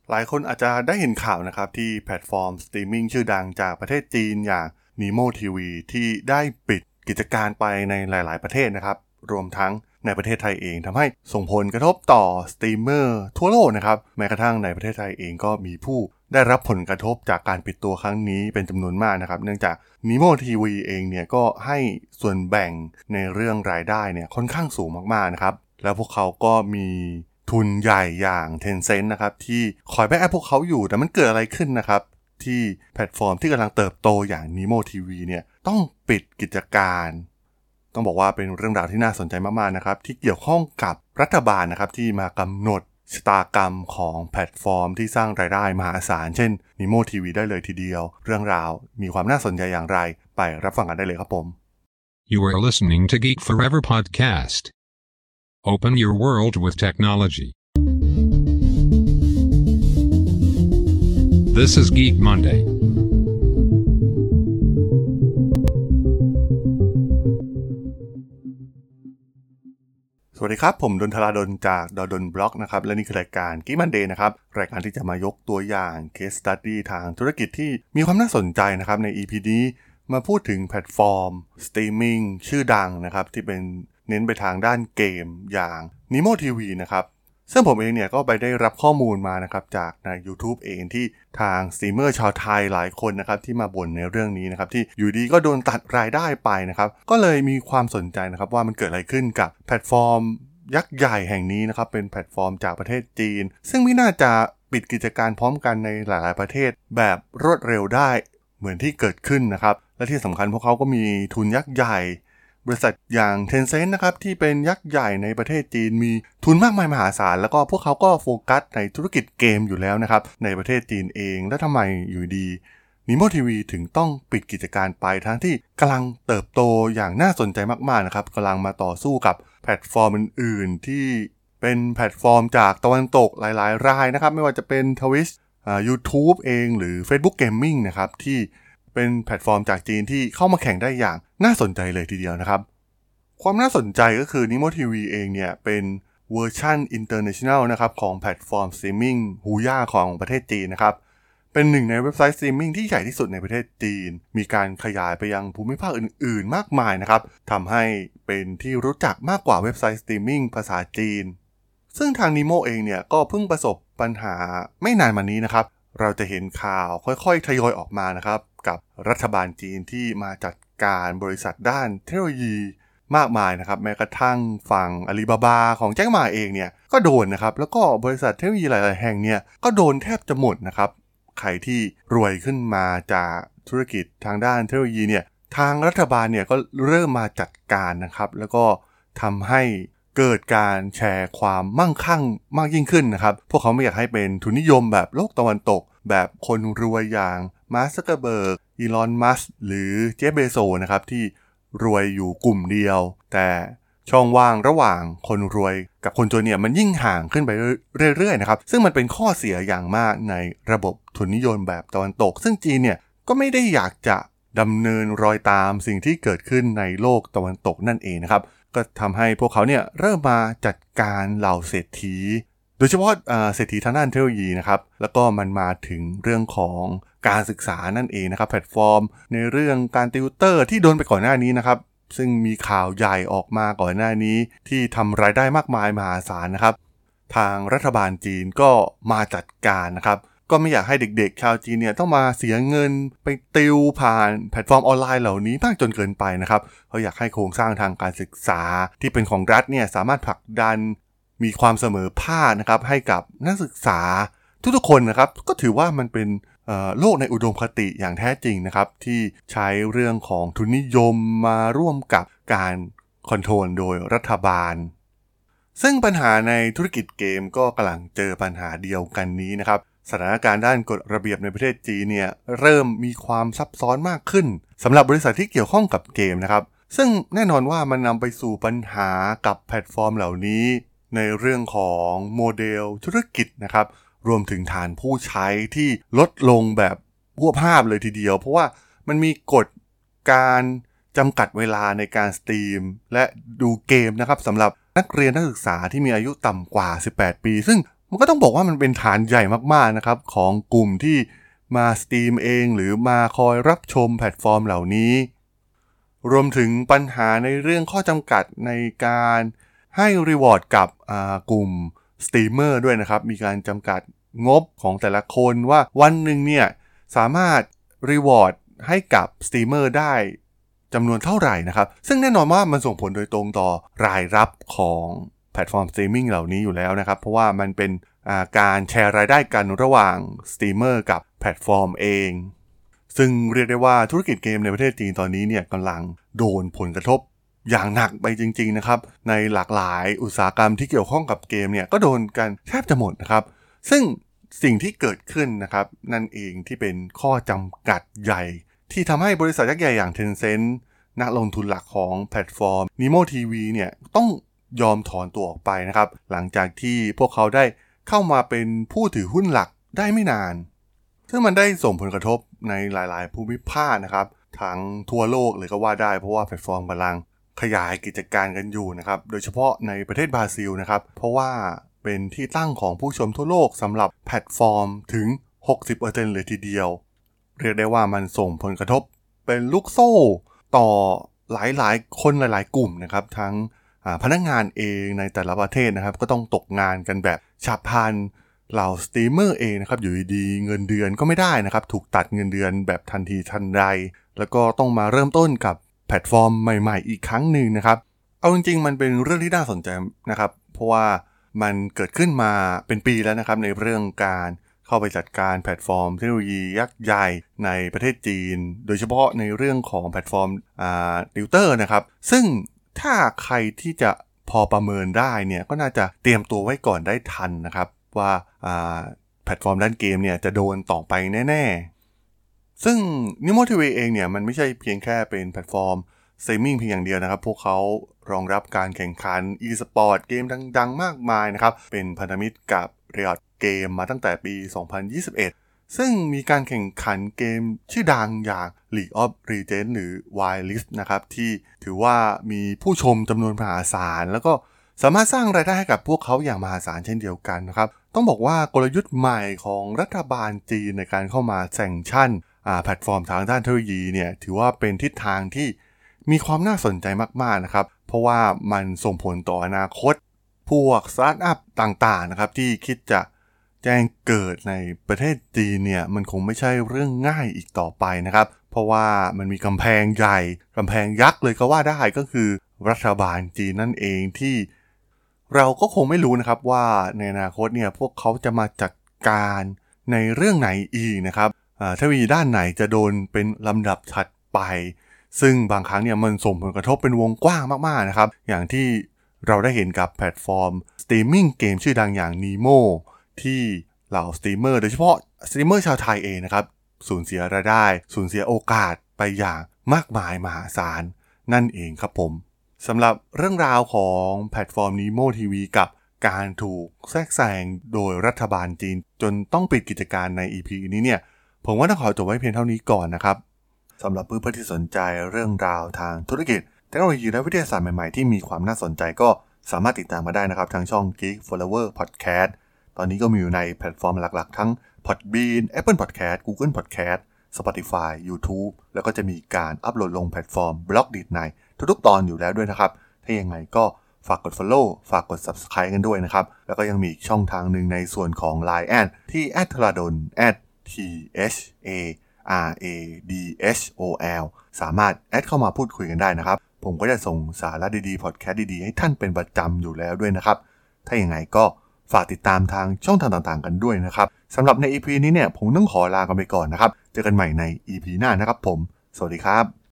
หลายคนอาจจะได้เห็นข่าวนะครับที่แพลตฟอร์มสตรีมมิ่งชื่อดังจากประเทศจีนอย่าง Nimo TV ที่ได้ปิดกิจการไปในหลายๆประเทศนะครับรวมทั้งในประเทศไทยเองทำให้ส่งผลกระทบต่อสตรีมเมอร์ทั่วโลกนะครับแม้กระทั่งในประเทศไทยเองก็มีผู้ได้รับผลกระทบจากการปิดตัวครั้งนี้เป็นจำนวนมากนะครับเนื่องจาก Nimo TV เองเนี่ยก็ให้ส่วนแบ่งในเรื่องรายได้เนี่ยค่อนข้างสูงมากๆนะครับแล้วพวกเขาก็มีทุนใหญ่อย่าง Tencent นะครับที่คอยแบ็กอัพพวกเขาอยู่แต่มันเกิดอะไรขึ้นนะครับที่แพลตฟอร์มที่กำลังเติบโตอย่าง Nimo TV เนี่ยต้องปิดกิจการต้องบอกว่าเป็นเรื่องราวที่น่าสนใจมากๆนะครับที่เกี่ยวข้องกับรัฐบาลนะครับที่มากำหนดชะตากรรมของแพลตฟอร์มที่สร้างรายได้มหาศาลเช่น Nimo TV ได้เลยทีเดียวเรื่องราวมีความน่าสนใจอย่างไรไปรับฟังกันได้เลยครับผม You are listening to Geek Forever podcast. Open your world with technology. This is Geek Monday. สวัสดีครับผมดลธราดลจากดลบล็อกนะครับและนี่คือรายการ Geek Monday นะครับรายการที่จะมายกตัวอย่าง case study ทางธุรกิจที่มีความน่าสนใจนะครับใน EP นี้มาพูดถึงแพลตฟอร์มสตรีมมิ่งชื่อดังนะครับที่เป็นเน้นไปทางด้านเกมอย่าง Nimo TV นะครับซึ่งผมเองเนี่ยก็ไปได้รับข้อมูลมานะครับจากใน YouTube เองที่ทางสตรีมเมอร์ชาวไทยหลายคนนะครับที่มาบ่นในเรื่องนี้นะครับที่อยู่ดีก็โดนตัดรายได้ไปนะครับก็เลยมีความสนใจนะครับว่ามันเกิดอะไรขึ้นกับแพลตฟอร์มยักษ์ใหญ่แห่งนี้นะครับเป็นแพลตฟอร์มจากประเทศจีนซึ่งไม่น่าจะปิดกิจการพร้อมกันในหลายๆประเทศแบบรวดเร็วได้เหมือนที่เกิดขึ้นนะครับและที่สำคัญพวกเขาก็มีทุนยักษ์ใหญ่บริษัทอย่าง Tencent นะครับที่เป็นยักษ์ใหญ่ในประเทศจีนมีทุนมากมายมหาศาลแล้วก็พวกเขาก็โฟกัสในธุรกิจเกมอยู่แล้วนะครับในประเทศจีนเองแล้วทำไมอยู่ดี Nimo TV ถึงต้องปิดกิจการไปทั้งที่กำลังเติบโตอย่างน่าสนใจมากๆนะครับกำลังมาต่อสู้กับแพลตฟอร์มอื่นๆที่เป็นแพลตฟอร์มจากตะวันตกหลายๆรายนะครับไม่ว่าจะเป็น Twitch YouTube เองหรือ Facebook Gaming นะครับที่เป็นแพลตฟอร์มจากจีนที่เข้ามาแข่งได้อย่างน่าสนใจเลยทีเดียวนะครับความน่าสนใจก็คือ Nimo TV เองเนี่ยเป็นเวอร์ชัน International นะครับของแพลตฟอร์มสตรีมมิ่งฮูย่าของประเทศจีนนะครับเป็นหนึ่งในเว็บไซต์สตรีมมิ่งที่ใหญ่ที่สุดในประเทศจีนมีการขยายไปยังภูมิภาคอื่นๆมากมายนะครับทำให้เป็นที่รู้จักมากกว่าเว็บไซต์สตรีมมิ่งภาษาจีนซึ่งทาง Nimo เองเนี่ยก็เพิ่งประสบปัญหาไม่นานมานี้นะครับเราจะเห็นข่าวค่อยๆทยอยออกมานะครับกับรัฐบาลจีนที่มาจัดการบริษัทด้านเทคโนโลยีมากมายนะครับแม้กระทั่งฝั่งอาลีบาบาของแจ็คหม่าเองเนี่ยก็โดนนะครับแล้วก็บริษัทเทคโนโลยีหลายๆแห่งเนี่ยก็โดนแทบจะหมดนะครับใครที่รวยขึ้นมาจากธุรกิจทางด้านเทคโนโลยีเนี่ยทางรัฐบาลเนี่ยก็เริ่มมาจัดการนะครับแล้วก็ทำให้เกิดการแชร์ความมั่งคั่งมากยิ่งขึ้นนะครับพวกเขาไม่อยากให้เป็นทุนนิยมแบบโลกตะวันตกแบบคนรวยอย่างมาร์ค ซักเคอร์เบิร์ก อีลอน มัสก์หรือเจฟ เบโซนะครับที่รวยอยู่กลุ่มเดียวแต่ช่องว่างระหว่างคนรวยกับคนจนเนี่ยมันยิ่งห่างขึ้นไปเรื่อยๆนะครับซึ่งมันเป็นข้อเสียอย่างมากในระบบทุนนิยมแบบตะวันตกซึ่งจีนเนี่ยก็ไม่ได้อยากจะดำเนินรอยตามสิ่งที่เกิดขึ้นในโลกตะวันตกนั่นเองนะครับก็ทำให้พวกเขาเนี่ยเริ่มมาจัดการเหล่าเศรษฐีโดยเฉพาะเศรษฐีทางด้านเทคโนโลยีนะครับแล้วก็มันมาถึงเรื่องของการศึกษานั่นเองนะครับแพลตฟอร์มในเรื่องการติวเตอร์ที่โดนไปก่อนหน้านี้นะครับซึ่งมีข่าวใหญ่ออกมาก่อนหน้านี้ที่ทำรายได้มากมายมหาศาลนะครับทางรัฐบาลจีนก็มาจัดการนะครับก็ไม่อยากให้เด็กๆชาวจีนเนี่ยต้องมาเสียเงินไปติวผ่านแพลตฟอร์มออนไลน์เหล่านี้มากจนเกินไปนะครับเขาอยากให้โครงสร้างทางการศึกษาที่เป็นของรัฐเนี่ยสามารถผลักดันมีความเสมอภาคนะครับให้กับนักศึกษาทุกๆคนนะครับก็ถือว่ามันเป็นโลกในอุดมคติอย่างแท้จริงนะครับที่ใช้เรื่องของทุนนิยมมาร่วมกับการคอนโทรลโดยรัฐบาลซึ่งปัญหาในธุรกิจเกมก็กำลังเจอปัญหาเดียวกันนี้นะครับสถานการณ์ด้านกฎระเบียบในประเทศจีนเนี่ยเริ่มมีความซับซ้อนมากขึ้นสำหรับบริษัทที่เกี่ยวข้องกับเกมนะครับซึ่งแน่นอนว่ามันนำไปสู่ปัญหากับแพลตฟอร์มเหล่านี้ในเรื่องของโมเดลธุรกิจนะครับรวมถึงฐานผู้ใช้ที่ลดลงแบบพรวดพราดเลยทีเดียวเพราะว่ามันมีกฎการจำกัดเวลาในการสตรีมและดูเกมนะครับสำหรับนักเรียนนักศึกษาที่มีอายุต่ำกว่า18ปีซึ่งมันก็ต้องบอกว่ามันเป็นฐานใหญ่มากๆนะครับของกลุ่มที่มาสตรีมเองหรือมาคอยรับชมแพลตฟอร์มเหล่านี้รวมถึงปัญหาในเรื่องข้อจำกัดในการให้รีวอร์ดกับกลุ่มสตรีมเมอร์ด้วยนะครับมีการจำกัดงบของแต่ละคนว่าวันหนึ่งเนี่ยสามารถรีวอร์ดให้กับสตรีมเมอร์ได้จำนวนเท่าไหร่นะครับซึ่งแน่นอนว่ามันส่งผลโดยตรงต่อรายรับของแพลตฟอร์มสตรีมมิ่งเหล่านี้อยู่แล้วนะครับเพราะว่ามันเป็นการแชร์รายได้กันระหว่างสตรีมเมอร์กับแพลตฟอร์มเองซึ่งเรียกได้ว่าธุรกิจเกมในประเทศจีนตอนนี้เนี่ยกำลังโดนผลกระทบอย่างหนักไปจริงๆนะครับในหลากหลายอุตสาหกรรมที่เกี่ยวข้องกับเกมเนี่ยก็โดนกันแทบจะหมดนะครับซึ่งสิ่งที่เกิดขึ้นนะครับนั่นเองที่เป็นข้อจำกัดใหญ่ที่ทำให้บริษัทยักษ์ใหญ่อย่าง Tencent นักลงทุนหลักของแพลตฟอร์ม Nimo TV เนี่ยต้องยอมถอนตัวออกไปนะครับหลังจากที่พวกเขาได้เข้ามาเป็นผู้ถือหุ้นหลักได้ไม่นานซึ่งมันได้ส่งผลกระทบในหลายๆภูมิภาคนะครับทั้งทั่วโลกเลยก็ว่าได้เพราะว่าแพลตฟอร์มกำลังขยายกิจการกันอยู่นะครับโดยเฉพาะในประเทศบราซิลนะครับเพราะว่าเป็นที่ตั้งของผู้ชมทั่วโลกสำหรับแพลตฟอร์มถึง 60% เลยทีเดียวเรียกได้ว่ามันส่งผลกระทบเป็นลูกโซ่ต่อหลายๆคนหลายๆกลุ่มนะครับทั้งพนักงานเองในแต่ละประเทศนะครับก็ต้องตกงานกันแบบฉับพลันเหล่าสตรีมเมอร์เองนะครับอยู่ดีๆเงินเดือนก็ไม่ได้นะครับถูกตัดเงินเดือนแบบทันทีทันใดแล้วก็ต้องมาเริ่มต้นกับแพลตฟอร์มใหม่ๆอีกครั้งหนึ่งนะครับเอาจริงๆมันเป็นเรื่องที่น่าสนใจนะครับเพราะว่ามันเกิดขึ้นมาเป็นปีแล้วนะครับในเรื่องการเข้าไปจัดการแพลตฟอร์มเทคโนโลยียักษ์ใหญ่ในประเทศจีนโดยเฉพาะในเรื่องของแพลตฟอร์มติวเตอร์นะครับซึ่งถ้าใครที่จะพอประเมินได้เนี่ยก็น่าจะเตรียมตัวไว้ก่อนได้ทันนะครับว่าแพลตฟอร์มด้านเกมเนี่ยจะโดนต่อไปแน่ๆซึ่ง Nimo TV เองเนี่ยมันไม่ใช่เพียงแค่เป็นแพลตฟอร์มสตรีมมิ่งเพียงอย่างเดียวนะครับพวกเขารองรับการแข่งขัน e-sport เกมดังๆมากมายนะครับเป็นพันธมิตรกับ Riot เกมมาตั้งแต่ปี 2021 ซึ่งมีการแข่งขันเกมชื่อดังอย่าง League of Legends หรือ Wild Rift นะครับที่ถือว่ามีผู้ชมจำนวนมหาศาลแล้วก็สามารถสร้างรายได้ให้กับพวกเขาอย่างมหาศาลเช่นเดียวกันนะครับต้องบอกว่ากลยุทธ์ใหม่ของรัฐบาลจีนในการเข้ามาแซงชั่นแพลตฟอร์มทางด้านเทคโนโลยีเนี่ยถือว่าเป็นทิศทางที่มีความน่าสนใจมากๆนะครับเพราะว่ามันส่งผลต่ออนาคตพวกสตาร์ทอัพต่างๆนะครับที่คิดจะแจ้งเกิดในประเทศจีนเนี่ยมันคงไม่ใช่เรื่องง่ายอีกต่อไปนะครับเพราะว่ามันมีกำแพงใหญ่กำแพงยักษ์เลยก็ว่าได้ก็คือรัฐบาลจีนนั่นเองที่เราก็คงไม่รู้นะครับว่าในอนาคตเนี่ยพวกเขาจะมาจัดการในเรื่องไหนอีกนะครับเทคโนโลยีด้านไหนจะโดนเป็นลำดับถัดไปซึ่งบางครั้งเนี่ยมันส่งผลกระทบเป็นวงกว้างมากๆนะครับอย่างที่เราได้เห็นกับแพลตฟอร์มสตรีมมิ่งเกมชื่อดังอย่าง Nimo ที่เหล่าสตรีมเมอร์โดยเฉพาะสตรีมเมอร์ชาวไทยเองนะครับสูญเสียรายได้สูญเสียโอกาสไปอย่างมากมายมหาศาลนั่นเองครับผมสำหรับเรื่องราวของแพลตฟอร์ม Nimo TV กับการถูกแทรกแซงโดยรัฐบาลจีนจนต้องปิดกิจการใน EP นี้เนี่ยผมว่าต้องขอจบไว้เพียงเท่านี้ก่อนนะครับสำหรับเพื่อนๆที่สนใจเรื่องราวทางธุรกิจเทคโนโลยีและวิทยาศาสตร์ใหม่ๆที่มีความน่าสนใจก็สามารถติดตามมาได้นะครับทางช่อง Geek Flower Podcast ตอนนี้ก็มีอยู่ในแพลตฟอร์มหลักๆทั้ง Podbean, Apple Podcast, Google Podcast, Spotify, YouTube แล้วก็จะมีการอัปโหลดลงแพลตฟอร์ม Blogdit ในทุกๆตอนอยู่แล้วด้วยนะครับถ้ายังไงก็ฝากกด follow ฝากกด subscribe กันด้วยนะครับแล้วก็ยังมีอีกช่องทางหนึ่งในส่วนของ Line แอดที่ @thradol @THARADSOL สามารถแอดเข้ามาพูดคุยกันได้นะครับผมก็จะส่งสาระดีๆพอดแคสต์ดีๆให้ท่านเป็นประจำอยู่แล้วด้วยนะครับถ้าอย่างไรก็ฝากติดตามทางช่องทางต่างๆกันด้วยนะครับสำหรับใน EP นี้เนี่ยผมต้องขอลากันไปก่อนนะครับเจอกันใหม่ใน EP หน้านะครับผมสวัสดีครับ